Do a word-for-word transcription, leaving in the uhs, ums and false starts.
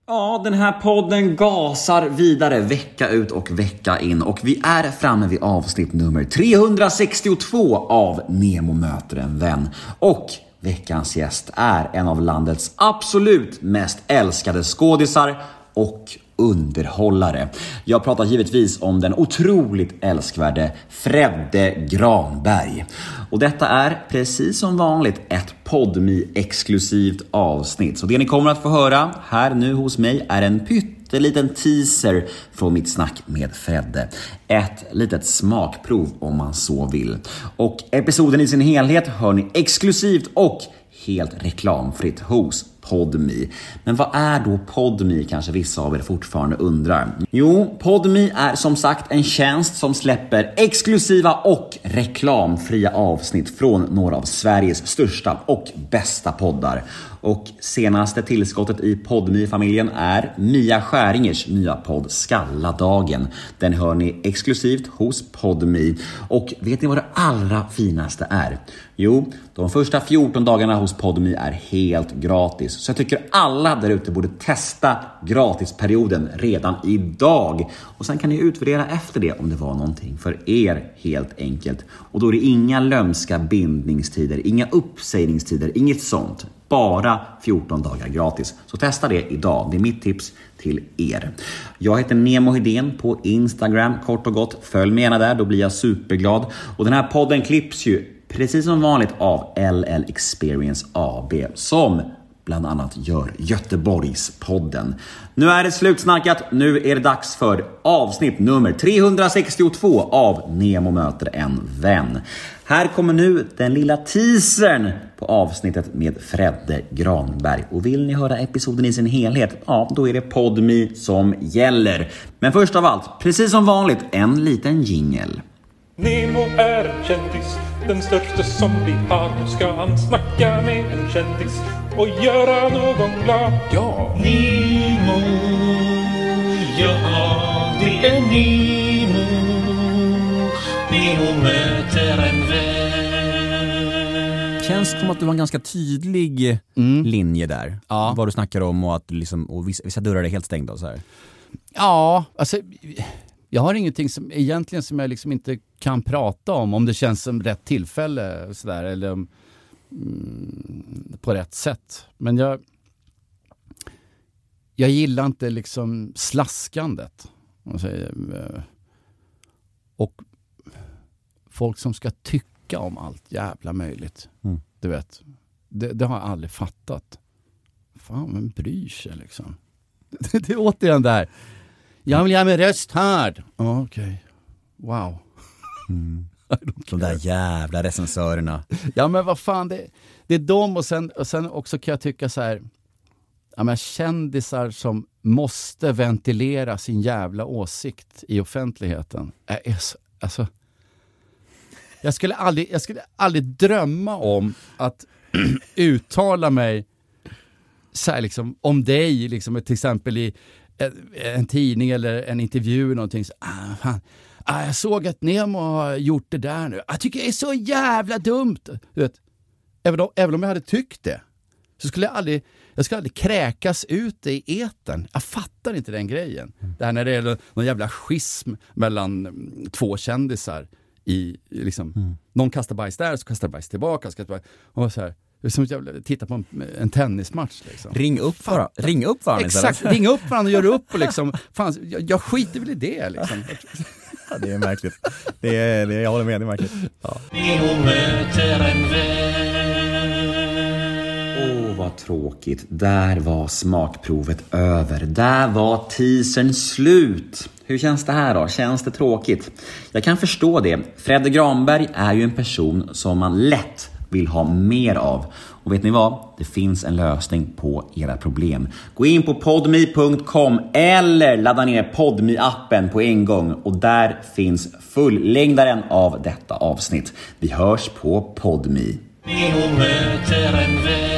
Ja, den här podden gasar vidare vecka ut och vecka in. Och vi är framme vid avsnitt nummer trehundrasextiotvå av Nemo möter en vän. Och veckans gäst är en av landets absolut mest älskade skådisar och underhållare. Jag pratar givetvis om den otroligt älskvärde Fredde Granberg. Och detta är precis som vanligt ett Podmi-exklusivt avsnitt. Så det ni kommer att få höra här nu hos mig är en pytteliten teaser från mitt snack med Fredde. Ett litet smakprov om man så vill. Och episoden i sin helhet hör ni exklusivt och helt reklamfritt hos Podmi. Men vad är då Podmi, kanske vissa av er fortfarande undrar? Jo, Podmi är som sagt en tjänst som släpper exklusiva och reklamfria avsnitt från några av Sveriges största och bästa poddar. Och senaste tillskottet i Podmi-familjen är Mia Skäringers nya podd Skalladagen. Den hör ni exklusivt hos Podmi. Och vet ni vad det allra finaste är? Jo, de första fjorton dagarna hos Podmi är helt gratis. Så jag tycker alla där ute borde testa gratisperioden redan idag. Och sen kan ni utvärdera efter det om det var någonting för er, helt enkelt. Och då är det inga lömska bindningstider, inga uppsägningstider, inget sånt. Bara fjorton dagar gratis. Så testa det idag. Det är mitt tips till er. Jag heter Nemo Hedén på Instagram. Kort och gott, följ med gärna där. Då blir jag superglad. Och den här podden klipps ju precis som vanligt av L L Experience A B. Som bland annat gör Göteborgspodden. Nu är det slutsnackat. Nu är det dags för avsnitt nummer trehundrasextiotvå av Nemo möter en vän. Här kommer nu den lilla teasern på avsnittet med Fredde Granberg. Och vill ni höra episoden i sin helhet, ja, då är det Podmi som gäller. Men först av allt, precis som vanligt, en liten jingle. Nemo är en kändis, den största som vi har. Nu ska han snacka med en kändis och göra någon glad. Ja! Nemo, ja, det är Nemo. Nemo möter en vän. Känns som att du har en ganska tydlig mm. linje där. Ja. Vad du snackar om och att liksom, och vissa, vissa dörrar är helt stängda och så här. Ja, alltså jag har ingenting som egentligen som jag liksom inte kan prata om om det känns som rätt tillfälle så där, eller mm, på rätt sätt. Men jag jag gillar inte liksom slaskandet. Man säger, och folk som ska tycka om allt jävla möjligt. Mm. Du vet. Det, det har jag aldrig fattat. Fan, men bryr sig liksom. Det är återigen där. Jag vill göra min röst hörd. Oh, okej. Okay. Wow. Mm. De där jävla recensörerna. Ja, men vad fan. Det, det är de och sen, och sen också kan jag tycka så här. Ja, men kändisar som måste ventilera sin jävla åsikt i offentligheten. Är, är så, alltså... Jag skulle aldrig, jag skulle aldrig drömma om att uttala mig så här liksom, om dig liksom, till exempel i en, en tidning eller en intervju eller någonting. Så, ah, fan, ah, jag såg att Nemo har gjort det där nu. Jag tycker det är så jävla dumt. Du vet, även, om, även om jag hade tyckt det så skulle jag aldrig, jag skulle aldrig kräkas ut i etern. Jag fattar inte den grejen. Mm. Det här när det är någon jävla schism mellan två kändisar. I, liksom, mm. Någon kastar bajs där, så kastar bajs tillbaka, kastar bajs, och så här, det är som att jag tittar på en, en tennismatch liksom. Ring upp varandra, ring upp varandra. Exakt, ring upp varandra och gör upp och liksom, fan, jag, jag skiter väl i det liksom. Ja, det är märkligt. Det är, det är, jag håller med, det är märkligt. Ja. Åh, oh, vad tråkigt. Där var smakprovet över. Där var teasern slut. Hur känns det här då? Känns det tråkigt? Jag kan förstå det. Fredde Granberg är ju en person som man lätt vill ha mer av. Och vet ni vad? Det finns en lösning på era problem. Gå in på podmi punkt com eller ladda ner Podmi-appen på en gång. Och där finns fullängdaren av detta avsnitt. Vi hörs på Podmi. Nemo möter en vän.